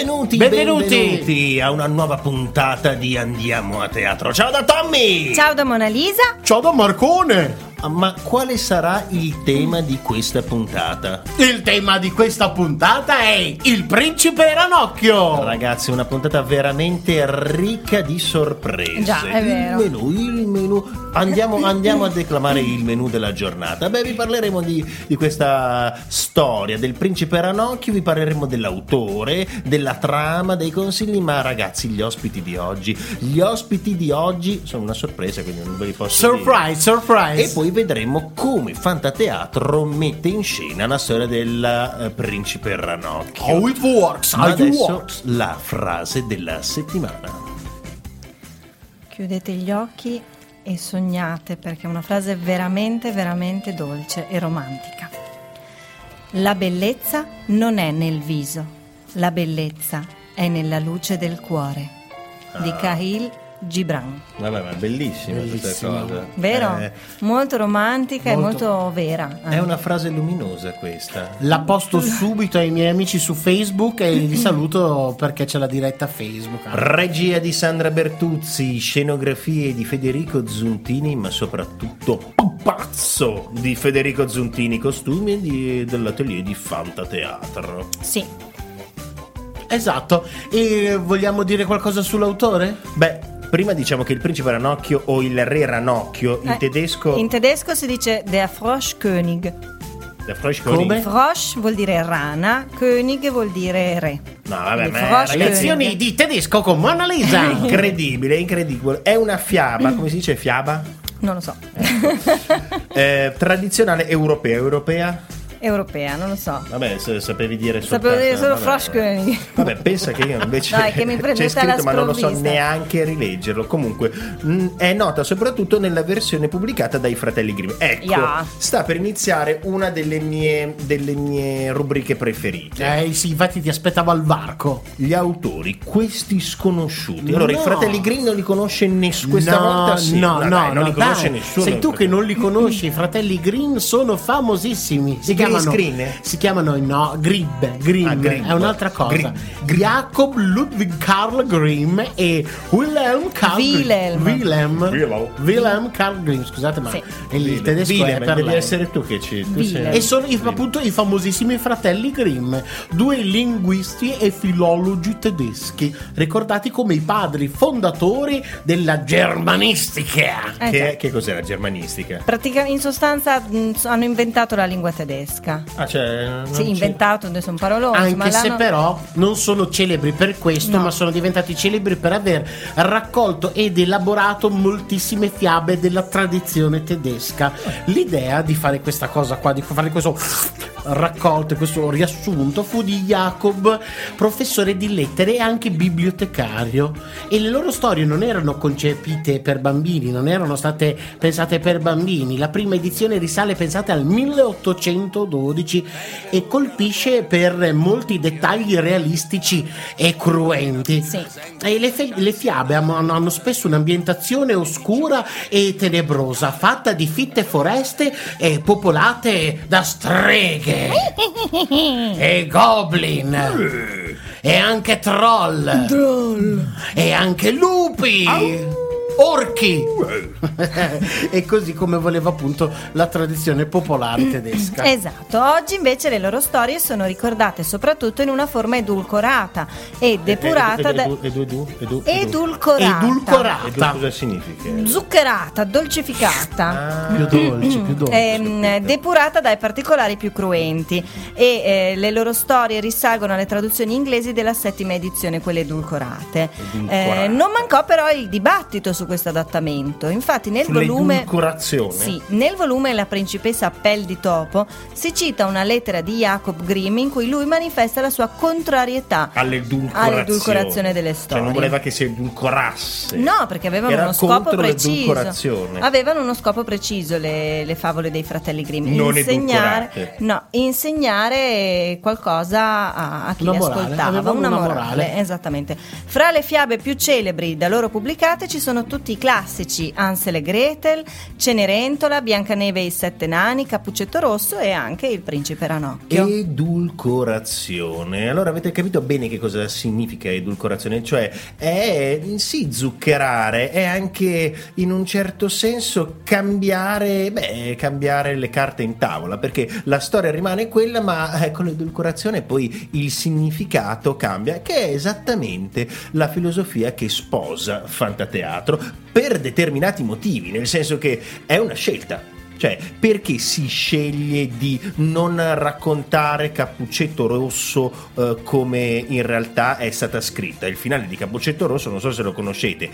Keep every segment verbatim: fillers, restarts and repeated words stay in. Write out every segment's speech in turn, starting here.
Benvenuti, benvenuti, benvenuti a una nuova puntata di Andiamo a Teatro. Ciao da Tommy! Ciao da Mona Lisa! Ciao da Marcone! Ma quale sarà il tema di questa puntata? Il tema di questa puntata è il principe Ranocchio. Ragazzi, una puntata veramente ricca di sorprese. Già, è vero. Il menù, il menù. Andiamo, andiamo a declamare il menù della giornata. Beh, vi parleremo di, di questa storia del principe Ranocchio, vi parleremo dell'autore, della trama, dei consigli, ma ragazzi, gli ospiti di oggi, gli ospiti di oggi sono una sorpresa, quindi non ve li posso surprise, dire. Surprise, E poi vedremo come Fantateatro mette in scena la storia del uh, principe Ranocchio. How it works, Ma how it adesso works. la frase della settimana. Chiudete gli occhi e sognate, perché è una frase veramente, veramente dolce e romantica. La bellezza non è nel viso, la bellezza è nella luce del cuore. Di Ah. Khalil Gibran. Vabbè, ma è bellissima questa Bellissima. cosa. Vero? Eh, Molto romantica Molto. e molto vera. è una frase luminosa questa. La posto subito ai miei amici su Facebook e li saluto perché c'è la diretta Facebook. Regia di Sandra Bertuzzi, scenografie di Federico Zuntini, ma soprattutto pupazzo di Federico Zuntini, costumi di, dell'atelier di Fantateatro. Sì. Esatto. E vogliamo dire qualcosa sull'autore? Beh, prima diciamo che il principe Ranocchio o il re Ranocchio in Eh, tedesco In tedesco si dice Der Froschkönig. da Frosch Come? Frosch vuol dire rana, König vuol dire re. No, vabbè, Quindi ma Frosch lezioni König. di tedesco con Mona Lisa. incredibile, incredibile. È una fiaba, come si dice fiaba? Non lo so. Eh, tradizionale europea, europea? Europea, non lo so. Vabbè, se sapevi dire Sapevo dire solo vabbè, Froschkönig. Vabbè, pensa che io invece Dai, che mi c'è prendete alla scritto, ma non lo so sprovvista. neanche rileggerlo. Comunque, mh, è nota soprattutto nella versione pubblicata dai fratelli Grimm. Ecco, Yeah. sta per iniziare una delle mie, delle mie rubriche preferite. Eh sì, infatti ti aspettavo al varco. Gli autori, questi sconosciuti. Allora, No. i fratelli Grimm non li conosce nessuno. Questa no, volta sì. no, dai, no, non no, li conosce dai. nessuno. Sei tu che non li conosci. I fratelli Grimm sono famosissimi. Si I Green chiamano Screen? Si chiamano no, Grimm. Grimm Ah, Grimm. è un'altra cosa. Grimm. Jacob Ludwig Karl Grimm e Wilhelm Karl Wilhelm. Grimm. Wilhelm. Wilhelm. Wilhelm Karl Grimm. Scusate, ma Sì. il tedesco Willem, è per devi lei. essere tu che ci. tu sei- Willem. E sono i- appunto i famosissimi fratelli Grimm, due linguisti e filologi tedeschi, ricordati come i padri fondatori della germanistica. Eh, Che, già. che cos'è la germanistica? Pratica- in sostanza mh, hanno inventato la lingua tedesca. Ah, cioè. non Sì, c'è- inventato, adesso sono paroloni, ma Anche se l'hanno- però non sono celebri per questo, No. ma sono diventati celebri per aver raccolto ed elaborato moltissime fiabe della tradizione tedesca. L'idea di fare questa cosa qua, di fare questo raccolto, questo riassunto, fu di Jacob, professore di lettere e anche bibliotecario. E le loro storie non erano concepite per bambini, non erano state pensate per bambini. La prima edizione risale, pensate, al milleottocentododici e colpisce per molti dettagli realistici e cruenti. Sì. E le, fe- le fiabe hanno, hanno spesso un'ambientazione oscura e tenebrosa, fatta di fitte foreste e popolate da streghe e goblin e anche troll, e anche lupi. Orchi e così come voleva appunto la tradizione popolare tedesca. Esatto, oggi invece le loro storie sono ricordate soprattutto in una forma edulcorata e depurata Edu- da... edu- edu- edu- edu- edulcorata, Edulcorata. edu- Cosa significa? zuccherata, dolcificata, Più dolce, più dolce. ehm, depurata dai particolari più cruenti, e eh, le loro storie risalgono alle traduzioni inglesi della settima edizione, quelle edulcorate. Edulcorate. Eh, non mancò però il dibattito su questo adattamento. Infatti nel volume Sull'edulcorazione. Sì, nel volume La principessa a pel di topo si cita una lettera di Jacob Grimm in cui lui manifesta la sua contrarietà All'edulcorazione. all'edulcorazione delle Cioè storie. non voleva che si edulcorasse. No, perché avevano Era uno scopo contro preciso. l'edulcorazione. Avevano uno scopo preciso le, le favole dei fratelli Grimm. Non insegnare, edulcorate. no, insegnare qualcosa a, a chi Una li morale, ascoltava. avevano Una una morale, morale. esattamente. Fra le fiabe più celebri da loro pubblicate ci sono tutti i classici Hansel e Gretel, Cenerentola, Biancaneve e i sette nani, Cappuccetto Rosso e anche il Principe Ranocchio. Edulcorazione. Allora avete capito bene che cosa significa edulcorazione? Cioè è sì zuccherare, è anche in un certo senso cambiare, beh, cambiare le carte in tavola, perché la storia rimane quella, ma eh, con l'edulcorazione poi il significato cambia, che è esattamente la filosofia che sposa Fantateatro per determinati motivi, nel senso che è una scelta. Cioè, perché si sceglie di non raccontare Cappuccetto Rosso eh, come in realtà è stata scritta? Il finale di Cappuccetto Rosso, non so se lo conoscete,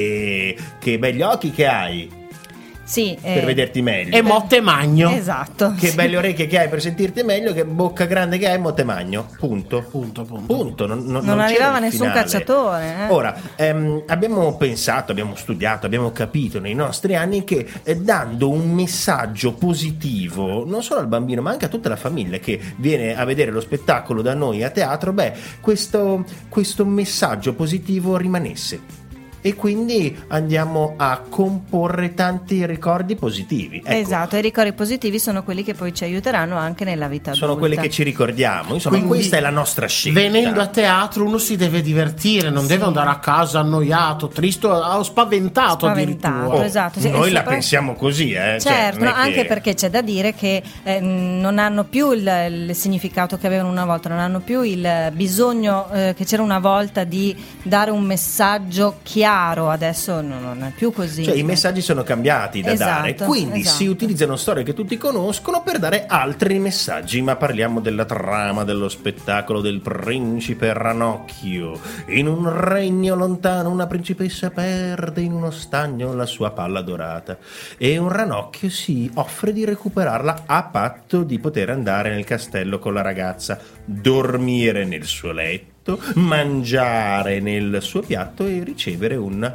e che begli occhi che hai. Sì, per eh, vederti meglio. E motte magno. Esatto. Che sì. belle orecchie che hai per sentirti meglio, che bocca grande che hai, motte magno. Punto. Punto, punto. Punto. Non, non, Non, non arrivava c'era il nessun finale. cacciatore. Eh? Ora, ehm, abbiamo pensato, abbiamo studiato, abbiamo capito nei nostri anni che eh, dando un messaggio positivo non solo al bambino ma anche a tutta la famiglia che viene a vedere lo spettacolo da noi a teatro, beh, questo, questo messaggio positivo rimanesse. E quindi andiamo a comporre tanti ricordi positivi. Ecco, Esatto, i ricordi positivi sono quelli che poi ci aiuteranno anche nella vita sono adulta. quelli che ci ricordiamo. Insomma, Quindi, questa è la nostra scelta. Venendo a teatro uno si deve divertire, non Sì. deve andare a casa annoiato, triste o spaventato, Spaventato, addirittura. esatto. Sì, Noi e la sopra- pensiamo così, eh. Cioè, Certo, non è no, anche che- perché c'è da dire che eh, non hanno più il, il significato che avevano una volta, non hanno più il bisogno eh, che c'era una volta di dare un messaggio chiaro. Adesso no, non è più così. Cioè i messaggi sono cambiati da Esatto, dare, quindi esatto. si utilizzano storie che tutti conoscono per dare altri messaggi, ma parliamo della trama dello spettacolo del Principe Ranocchio. In un regno lontano una principessa perde in uno stagno la sua palla dorata e un ranocchio si offre di recuperarla a patto di poter andare nel castello con la ragazza, dormire nel suo letto, mangiare nel suo piatto e ricevere un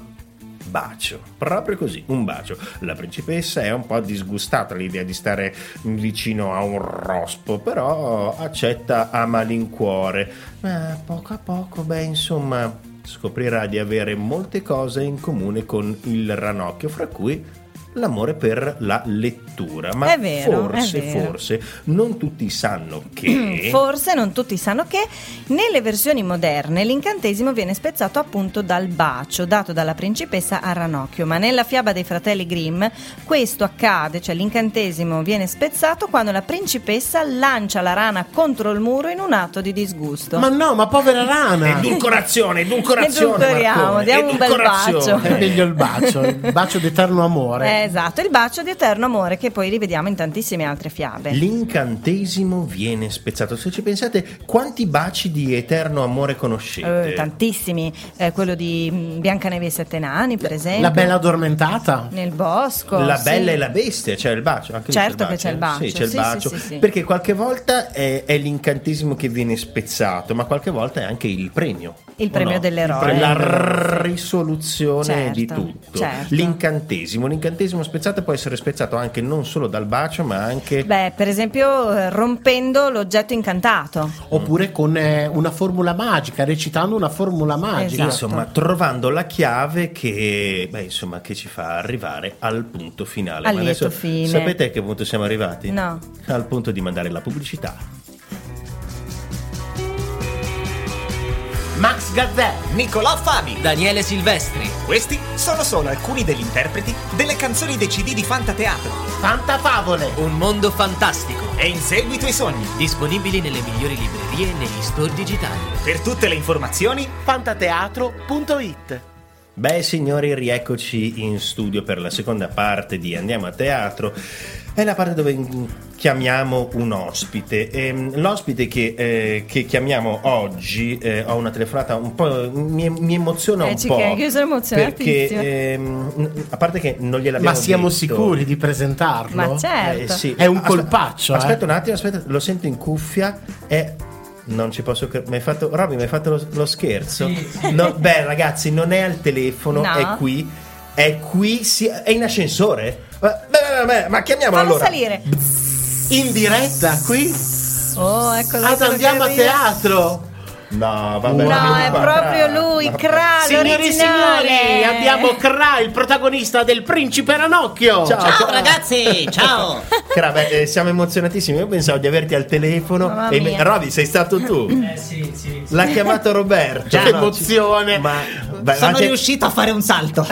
bacio, proprio così, un bacio. La principessa è un po' disgustata all'idea di stare vicino a un rospo, però accetta a malincuore. Ma poco a poco, beh, insomma, scoprirà di avere molte cose in comune con il ranocchio, fra cui l'amore per la lettura. Ma È vero, forse, è vero. forse non tutti sanno che Forse non tutti sanno che nelle versioni moderne l'incantesimo viene spezzato appunto dal bacio dato dalla principessa a Ranocchio, ma nella fiaba dei fratelli Grimm questo accade, cioè l'incantesimo viene spezzato quando la principessa lancia la rana contro il muro in un atto di disgusto. Ma no, ma povera rana. edulcorazione, edulcorazione, Edulcoriamo, Marcone, diamo un bel edulcorazione. È meglio il bacio, il bacio d'eterno amore. Eh, esatto, il bacio di eterno amore che poi rivediamo in tantissime altre fiabe. L'incantesimo viene spezzato. Se ci pensate, quanti baci di eterno amore conoscete? Eh, tantissimi, eh, quello di mm, Biancaneve e i sette nani, per esempio. La bella addormentata. Nel bosco. La sì. bella e la bestia, c'è il bacio. Anche lì Certo c'è il che c'è il bacio. Sì, c'è il Sì, bacio. sì, sì, sì. Perché qualche volta è, è l'incantesimo che viene spezzato, ma qualche volta è anche il premio. Il o premio no? dell'eroe. Il pre- La risoluzione Certo, di tutto. certo. L'incantesimo. L'incantesimo spezzato può essere spezzato anche non solo dal bacio, ma anche. Beh, per esempio eh, rompendo l'oggetto incantato. Oppure con eh, una formula magica, recitando una formula magica. Esatto. Insomma, trovando la chiave che, beh, insomma, che ci fa arrivare al punto finale. Al Ma lieto adesso fine. sapete a che punto siamo arrivati? No. Al punto di mandare la pubblicità. Max Gazzè. Nicolò Fabi. Daniele Silvestri. Questi sono solo alcuni degli interpreti delle canzoni dei C D di Fantateatro. Fantafavole. Un mondo fantastico. E in seguito ai sogni. Disponibili nelle migliori librerie e negli store digitali. Per tutte le informazioni, Fantateatro punto it. Beh, signori, rieccoci in studio per la seconda parte di Andiamo a Teatro. È la parte dove chiamiamo un ospite. E l'ospite che, eh, che chiamiamo oggi, eh, ho una telefonata un po'. Mi, mi emoziona Eh, un ci po'. credo, io sono emozionatissima. Perché, ehm, a parte che non gliel'abbiamo Ma siamo detto. sicuri di presentarlo? Ma certo. Eh, sì. È un Aspe- colpaccio, Aspetta eh. un attimo, aspetta, lo sento in cuffia e non ci posso cre- mi hai fatto Robby, mi hai fatto lo, lo scherzo? No, beh, ragazzi, non è al telefono, No. è qui. È qui, sì, è in ascensore? Ma, beh, beh, beh, ma chiamiamolo Fallo allora. salire. In diretta qui Oh, ecco ad Andiamo a Teatro. No, vabbè. No, è proprio lui, Kra, Signori e l'originale. signori, abbiamo Kra, il protagonista del Principe Ranocchio. Ciao, Ciao Kra. ragazzi, ciao. Kra, beh, eh, siamo emozionatissimi. Io pensavo di averti al telefono. Mamma E mia. Roby, sei stato tu? Eh sì, sì. L'ha chiamato Roberto. Che No, emozione. ci- Ma beh, Sono anche- riuscito a fare un salto.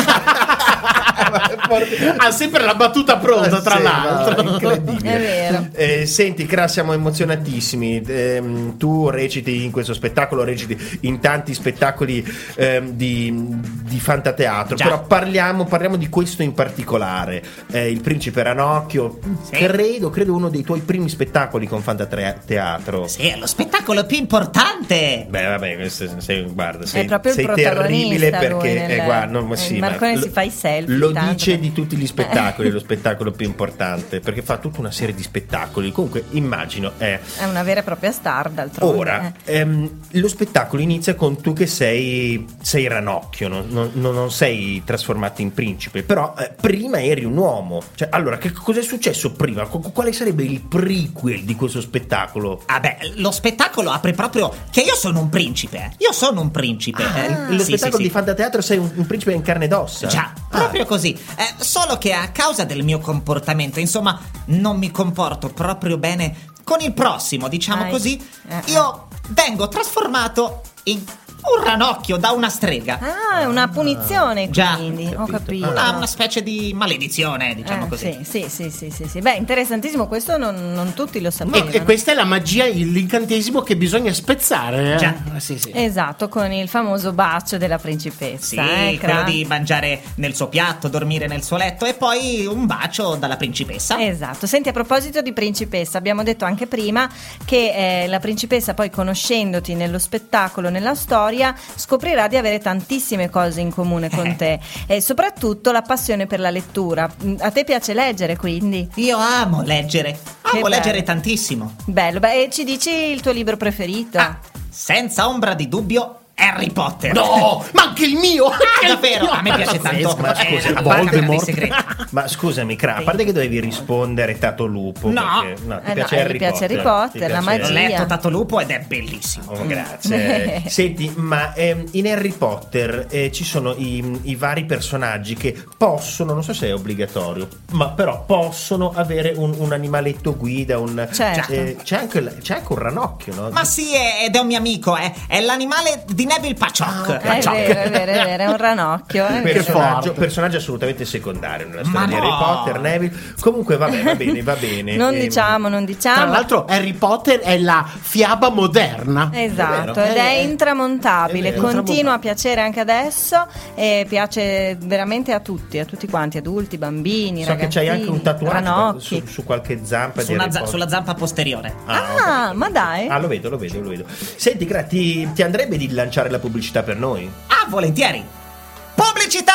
Ha sempre la battuta pronta, tra Sì, l'altro. no, incredibile. È vero. Eh, senti, Kra, siamo emozionatissimi. Ehm, tu reciti in questo spettacolo, reciti in tanti spettacoli ehm, di, di fantateatro. Già. Però parliamo, parliamo di questo in particolare. Eh, il Principe Ranocchio. Sì. Credo, credo uno dei tuoi primi spettacoli con fantateatro. Sì, è lo spettacolo più importante. Beh, vabbè, questo- sei, guarda, sei, proprio il sei protagonista terribile lui perché nel- eh, guarda, non, eh, sì, Marcone ma si fa i selfie Lo tanto dice per- di tutti gli spettacoli, lo spettacolo più importante, perché fa tutta una serie di spettacoli. Comunque, immagino è È una vera e propria star, d'altronde. ora eh. ehm, lo spettacolo inizia con tu che sei sei Ranocchio, non, non- non sei trasformato in principe, però eh, prima eri un uomo. Cioè, allora, che cosa è successo prima? Qu- Quale sarebbe il prequel di questo spettacolo? Ah beh, lo spettacolo apre proprio che io sono un principe. Io sono un principe. Eh, Lo sì, spettacolo sì, di sì. fantateatro sei un, un principe in carne ed ossa. Già, Ah. proprio così. Eh, solo che a causa del mio comportamento, insomma, non mi comporto proprio bene con il prossimo, diciamo Ai. così. Eh, Io vengo trasformato in un ranocchio da una strega. Ah, è una punizione, Già, quindi. Ho capito. capito. Una, una specie di maledizione, diciamo Eh, così. Sì, sì, sì, sì, sì, sì. Beh, interessantissimo, questo non, non tutti lo E, sapevano. e questa è la magia, l'incantesimo che bisogna spezzare. Eh? Già. Eh, sì, sì. Esatto, con il famoso bacio della principessa. Sì, eh, quello Kra? di mangiare nel suo piatto, dormire nel suo letto e poi un bacio dalla principessa. Esatto, senti, a proposito di principessa, abbiamo detto anche prima che eh, la principessa, poi conoscendoti nello spettacolo, nella storia, scoprirà di avere tantissime cose in comune con te e soprattutto la passione per la lettura. A te piace leggere, quindi? Io amo leggere, Che amo leggere bello. tantissimo. Bello, beh, e ci dici il tuo libro preferito? Ah, senza ombra di dubbio, Harry Potter. No, ma anche il mio! Ah, davvero? A me piace tanto. Ma scusa, eh, a la Camera dei Voldemort. Segreti. Ma scusami, Cra, a parte che dovevi rispondere Tato Lupo. No. perché, no ti Eh, piace no, Harry gli piace Potter. Harry Potter, Ti la piace- Ho magia. letto Tato Lupo ed è bellissimo. Oh, grazie. Senti, ma ehm, in Harry Potter eh, ci sono i, i vari personaggi che possono, non so se è obbligatorio, ma però possono avere un, un animaletto guida, un, Certo. eh, c'è, anche, il- c'è anche un ranocchio, no? Ma sì, è- ed è un mio amico, è, è l'animale di Neville Paciocco. È vero, è vero, è vero, è un ranocchio. È vero. Personaggio, forte. personaggio assolutamente secondario nella storia Ma di Harry no. Potter, Neville. Comunque vabbè, va bene, va bene. Non Ehm, diciamo, non Tra diciamo. l'altro Harry Potter è la fiaba moderna. Esatto, È vero. ed è Eh, intramontabile, è vero. continua a Intramontabile. piacere anche adesso e piace veramente a tutti, a tutti quanti, adulti, bambini, So che ragazzini, c'hai anche un tatuaggio ranocchi. su, su qualche zampa Su di una Harry za- Potter. sulla zampa posteriore. Ah, ho Ah, capito. ma dai. Ah, lo vedo, lo vedo, lo vedo. Senti, Gra, ti, ti andrebbe di lanciare la pubblicità per noi? Ah, volentieri. Pubblicità!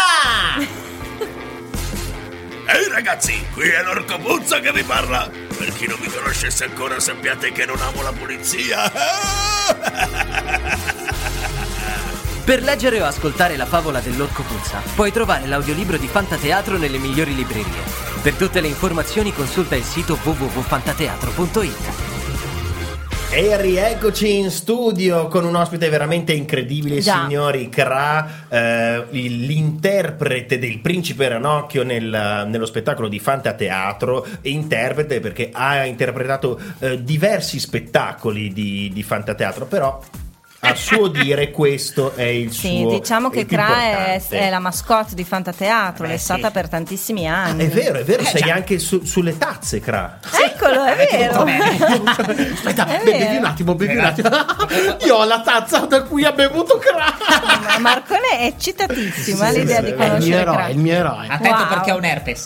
Ehi ragazzi, qui è l'Orco Puzza che vi parla. Per chi non mi conoscesse ancora, sappiate che non amo la pulizia. Per leggere o ascoltare la favola dell'Orco Puzza, puoi trovare l'audiolibro di Fantateatro nelle migliori librerie. Per tutte le informazioni consulta il sito w w w punto fantateatro punto it. E rieccoci in studio con un ospite veramente incredibile, Già. signori. Kra, eh, l'interprete del principe Ranocchio nel- nello spettacolo di Fantateatro, interprete perché ha interpretato eh, diversi spettacoli di, di Fantateatro, però a suo dire questo è il Sì, suo diciamo che il più Kra è, importante. è la mascotte di Fantateatro, Beh, l'è sì. stata per tantissimi Ah, anni. è vero, è vero, Eh, sei già. anche su- sulle tazze, Kra. Eccolo, è vero. Aspetta, È be- bevi vero. un attimo, bevi un attimo. Io ho la tazza da cui ha bevuto Kra. Ma Marcone è eccitatissimo Sì, all'idea sì, di sì. È il mio conoscere eroe, Kra. è il mio eroe. Attento Wow. perché ho un herpes.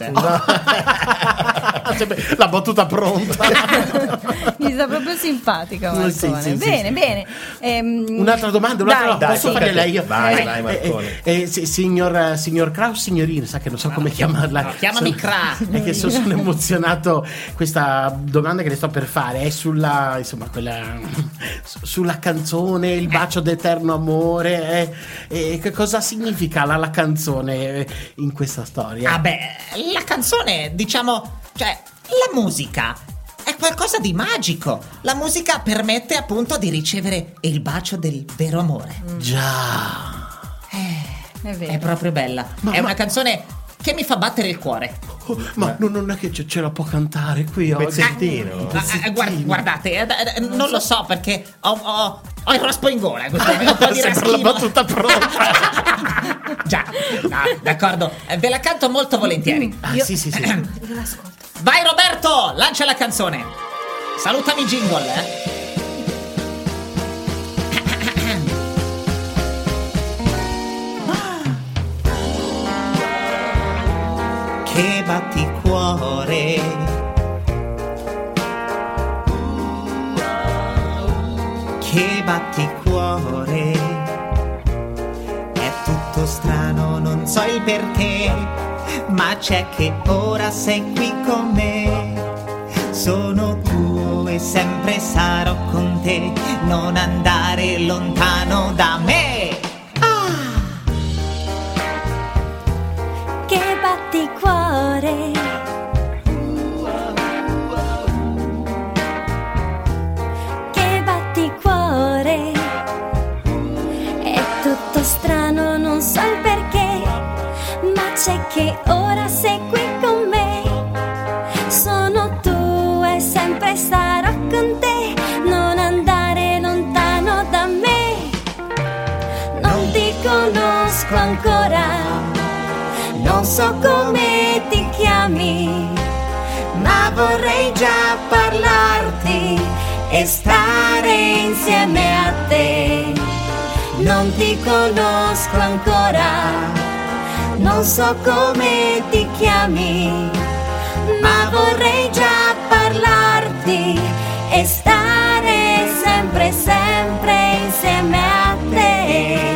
Sempre la battuta pronta. Mi sta proprio simpatico Marcone. Sì, sì, sì, bene, sì. bene. Ehm, Un'altra domanda, un'altra dai, domanda. Posso dai, farle tocca a te. lei io? Vai, Eh, vai, eh, Marcone. eh, eh, sì, signor, signor Kraus, signorina, sa che non so come chiamarla. no, chiamami Sono- Kra. È che so- sono emozionato. Questa domanda che le sto per fare è sulla, insomma, quella su- sulla canzone, il bacio d'eterno amore. eh, eh, che cosa significa la, la canzone eh, in questa storia? Ah beh, la canzone, diciamo, cioè, la musica è è qualcosa di magico. La musica permette appunto di ricevere il bacio del vero amore. Già. Eh, È vero. è proprio bella. Ma- è ma- una canzone che mi fa battere il cuore. Oh, ma no, non è che ce, ce la può cantare qui oggi. Pezzettino. Ah, eh, guard- guardate, eh, eh, non lo so perché ho, ho, ho il rospo in gola. Questo è un po' di Sembra la raschino. battuta pronta. Già, no, d'accordo. Eh, Ve la canto molto volentieri. Ah, sì, sì, sì. Io l'ascolto. Vai Roberto, lancia la canzone. Salutami jingle, eh. Che batticuore, che batticuore, è tutto strano, non so il perché, ma c'è che ora sei qui con me. Sono tuo e sempre sarò con te, non andare lontano da me. Che batticuore, che batticuore, è tutto strano, non so il perché, ma c'è che ora sei qui con me. Sono tu e sempre sarò con te, non andare lontano da me. Non ti conosco ancora, non so come ti chiami, ma vorrei già parlarti e stare insieme a te. Non ti conosco ancora, non so come ti chiami, ma vorrei già parlarti e stare sempre, sempre insieme a te.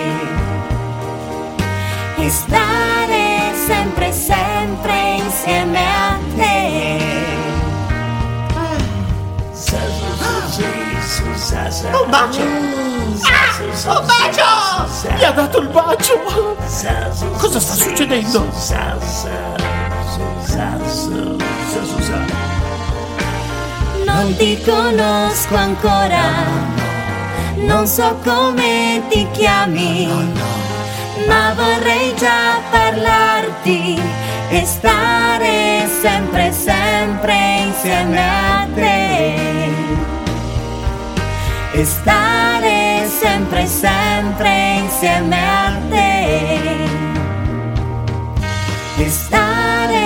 E stare sempre, sempre insieme a te. Un bacio! Ah, un bacio! Mi ha dato il bacio. Cosa sta succedendo? Non ti conosco ancora, non so come ti chiami, ma vorrei già parlarti e stare sempre, sempre insieme a te. E stare sempre, sempre insieme a te. E stare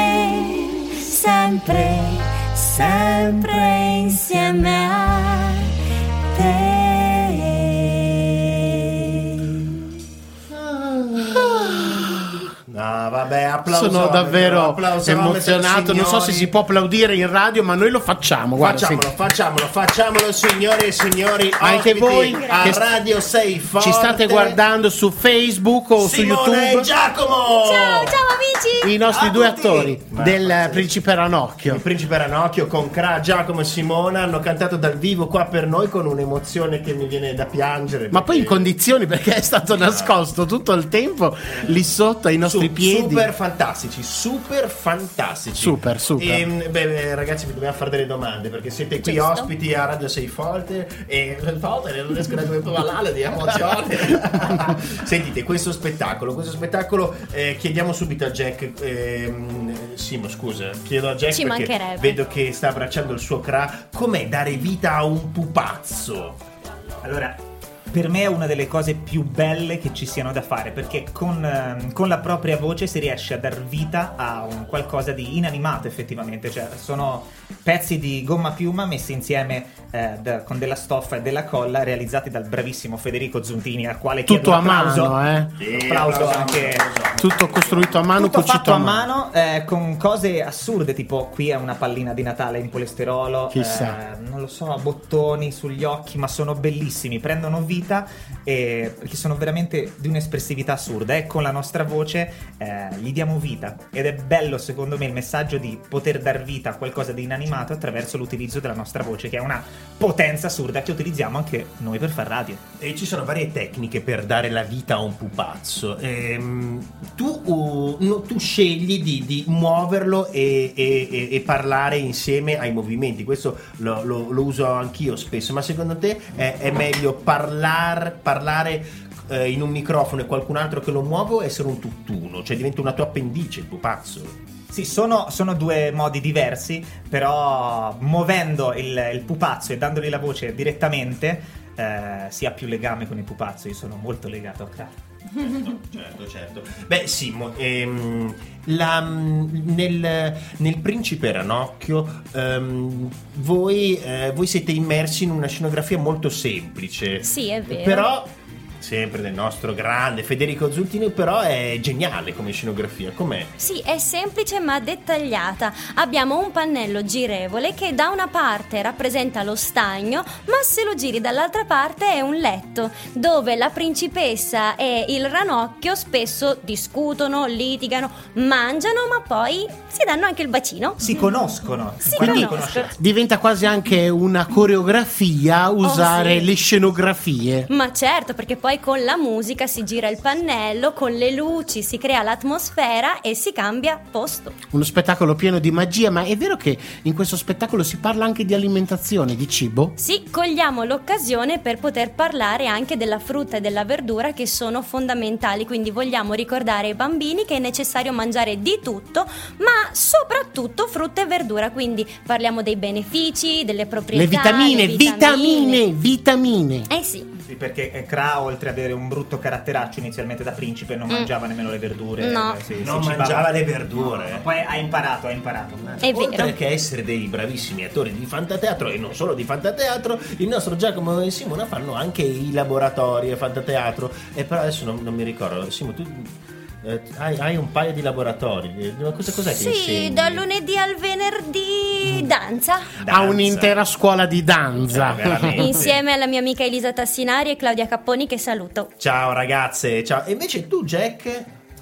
sempre, sempre insieme a te. No, vabbè, applauso. Sono davvero applauso, emozionato. Non so se si può applaudire in radio, ma noi lo facciamo. Guarda, Facciamolo, sì. facciamolo, facciamolo, signori e signori. Anche ospiti voi a che Radio sei Forte. Ci state guardando su Facebook o su Simone YouTube? e Giacomo. Ciao, ciao amici! I nostri A due tutti. attori Ma del pazzesco. Principe Ranocchio. Il Principe Ranocchio con Cra, Giacomo e Simona hanno cantato dal vivo qua per noi con un'emozione che mi viene da piangere. Ma poi in perché- condizioni, perché è stato nascosto tutto il tempo lì sotto ai nostri Su- piedi. Super fantastici, super fantastici. Super, super. E, beh, beh, ragazzi, vi dobbiamo fare delle domande perché siete qui Giusto. ospiti a Radio sei Forte e Forte non riesco a parlare di emozione. Sentite, questo spettacolo, questo spettacolo eh, chiediamo subito a Jack. ehm, Simo, scusa, chiedo a Jack Ci perché mancherebbe. vedo che sta abbracciando il suo Cra. Com'è dare vita a un pupazzo? Allora, per me è una delle cose più belle che ci siano da fare, perché con, ehm, con la propria voce si riesce a dar vita a un qualcosa di inanimato effettivamente, cioè sono pezzi di gomma piuma messi insieme eh, da- con della stoffa e della colla, realizzati dal bravissimo Federico Zuntini, al quale chiedo Tutto a un applauso. mano, eh. Un applauso anche. Tutto costruito a mano, Tutto cucito fatto a mano. mano, eh, con cose assurde, tipo qui è una pallina di Natale in polistirolo, Chissà. eh, non lo so, bottoni sugli occhi, ma sono bellissimi, prendono vita vita, eh, perché sono veramente di un'espressività assurda, e con la nostra voce eh, gli diamo vita, ed è bello secondo me il messaggio di poter dar vita a qualcosa di inanimato attraverso l'utilizzo della nostra voce, che è una potenza assurda che utilizziamo anche noi per far radio. E ci sono varie tecniche per dare la vita a un pupazzo. Ehm, tu, uh, no, tu scegli di, di muoverlo e, e, e, e parlare insieme ai movimenti. Questo lo, lo, lo uso anch'io spesso. Ma secondo te è, è meglio parlar, parlare eh, in un microfono e qualcun altro che lo muove, o essere un tutt'uno? Cioè diventa una tua appendice il pupazzo? Sì, sono, sono due modi diversi, però muovendo il, il pupazzo e dandogli la voce direttamente eh, si ha più legame con il pupazzo. Io sono molto legato a Cra. Certo, certo, certo. Beh, Simo, ehm, la, nel, nel Principe Ranocchio ehm, voi, eh, voi siete immersi in una scenografia molto semplice. Sì, è vero. Però, sempre del nostro grande Federico Zultini, però è geniale come scenografia. Com'è? Sì, è semplice ma dettagliata. Abbiamo un pannello girevole che da una parte rappresenta lo stagno, ma se lo giri dall'altra parte è un letto, dove la principessa e il ranocchio spesso discutono, litigano, mangiano, ma poi si danno anche il bacino. Si conoscono. Si Quindi conoscono. Diventa quasi anche una coreografia usare Oh, sì. le scenografie. Ma certo, perché poi con la musica si gira il pannello, con le luci si crea l'atmosfera e si cambia posto. Uno spettacolo pieno di magia, ma è vero che in questo spettacolo si parla anche di alimentazione, di cibo? Sì, cogliamo l'occasione per poter parlare anche della frutta e della verdura, che sono fondamentali, quindi vogliamo ricordare ai bambini che è necessario mangiare di tutto, ma soprattutto frutta e verdura, quindi parliamo dei benefici, delle proprietà, Le vitamine, le vitamine, vitamine. Eh sì. Sì, perché Cra, oltre ad avere un brutto caratteraccio inizialmente da principe, non Mm. mangiava nemmeno le verdure. No. eh, si- Non si mangiava cibava- le verdure. No, poi ha imparato, ha imparato. È Oltre vero. che essere dei bravissimi attori di fantateatro, e non solo di fantateatro, il nostro Giacomo e Simona fanno anche i laboratori a fantateatro. E però adesso non, non mi ricordo. Simo, tu eh, hai, hai un paio di laboratori. Eh, ma cosa, cos'è che Sì, insegni? dal lunedì al venerdì danza. Ha un'intera scuola di danza. Eh, veramente. Insieme alla mia amica Elisa Tassinari e Claudia Capponi, che saluto. Ciao ragazze, ciao. E invece tu, Jack?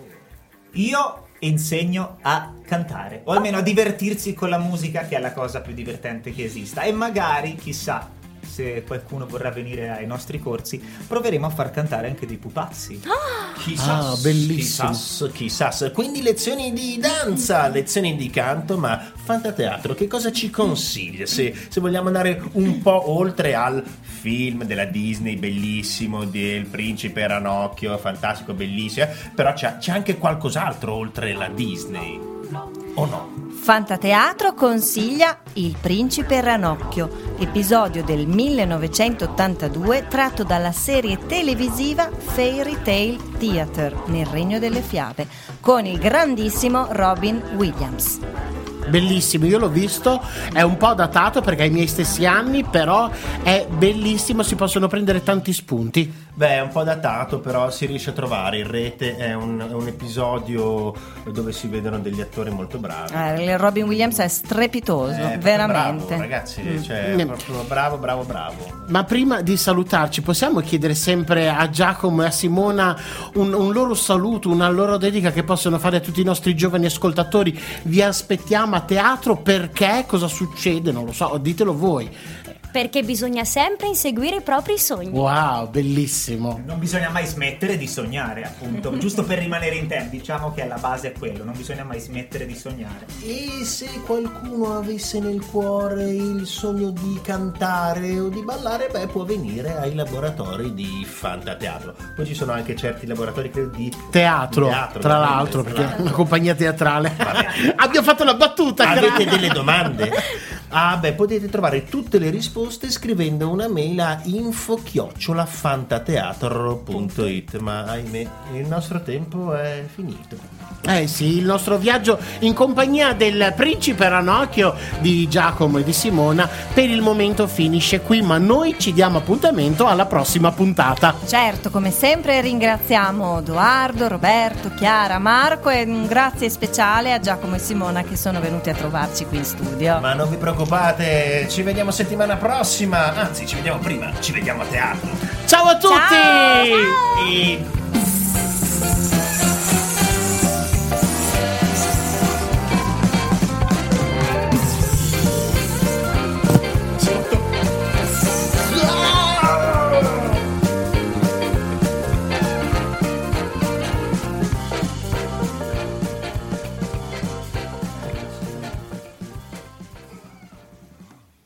Io insegno a cantare, o almeno a divertirsi con la musica, che è la cosa più divertente che esista. E magari, chissà, se qualcuno vorrà venire ai nostri corsi, proveremo a far cantare anche dei pupazzi. Chissà, Ah, bellissimo. chissà, chissà. Quindi lezioni di danza, lezioni di canto, ma fantateatro, che cosa ci consiglia? Se, se vogliamo andare un po' oltre al film della Disney, bellissimo, del Principe Ranocchio, fantastico, bellissimo, eh, però c'è, c'è anche qualcos'altro oltre la Disney, o no? Fantateatro consiglia Il Principe Ranocchio, episodio del millenovecentottantadue tratto dalla serie televisiva Fairy Tale Theater nel Regno delle Fiabe, con il grandissimo Robin Williams. Bellissimo, io l'ho visto, è un po' datato perché ha i miei stessi anni, però è bellissimo, si possono prendere tanti spunti. Beh, è un po' datato, però si riesce a trovare in rete, è un, è un episodio dove si vedono degli attori molto bravi. Eh, il Robin Williams è strepitoso, Eh, proprio veramente. bravo, ragazzi, Mm. cioè, Mm. proprio bravo, bravo, bravo. Ma prima di salutarci, possiamo chiedere sempre a Giacomo e a Simona un, un loro saluto, una loro dedica che possono fare a tutti i nostri giovani ascoltatori? Vi aspettiamo a teatro, perché? Cosa succede? Non lo so, ditelo voi. Perché bisogna sempre inseguire i propri sogni. Wow, bellissimo. Non bisogna mai smettere di sognare, appunto, giusto per rimanere in tempo. Diciamo che alla base è quello, non bisogna mai smettere di sognare. E se qualcuno avesse nel cuore il sogno di cantare o di ballare, beh, può venire ai laboratori di fantateatro. Poi ci sono anche certi laboratori, credo, di Teatro, teatro, tra veramente, l'altro, tra perché è l'altro. una compagnia teatrale. Vabbè. Abbiamo fatto la battuta. Avete gra- delle domande? Ah, beh, potete trovare tutte le risposte scrivendo una mail a info chiocciola fantateatro punto it. Ma ahimè, il nostro tempo è finito. Eh sì, il nostro viaggio in compagnia del Principe Ranocchio di Giacomo e di Simona per il momento finisce qui, ma noi ci diamo appuntamento alla prossima puntata. Certo, come sempre ringraziamo Edoardo, Roberto, Chiara, Marco, e un grazie speciale a Giacomo e Simona che sono venuti a trovarci qui in studio. Ma non vi preoccupate, preoccupate, ci vediamo settimana prossima. Anzi, ci vediamo prima, ci vediamo a teatro. Ciao a tutti! Ciao! E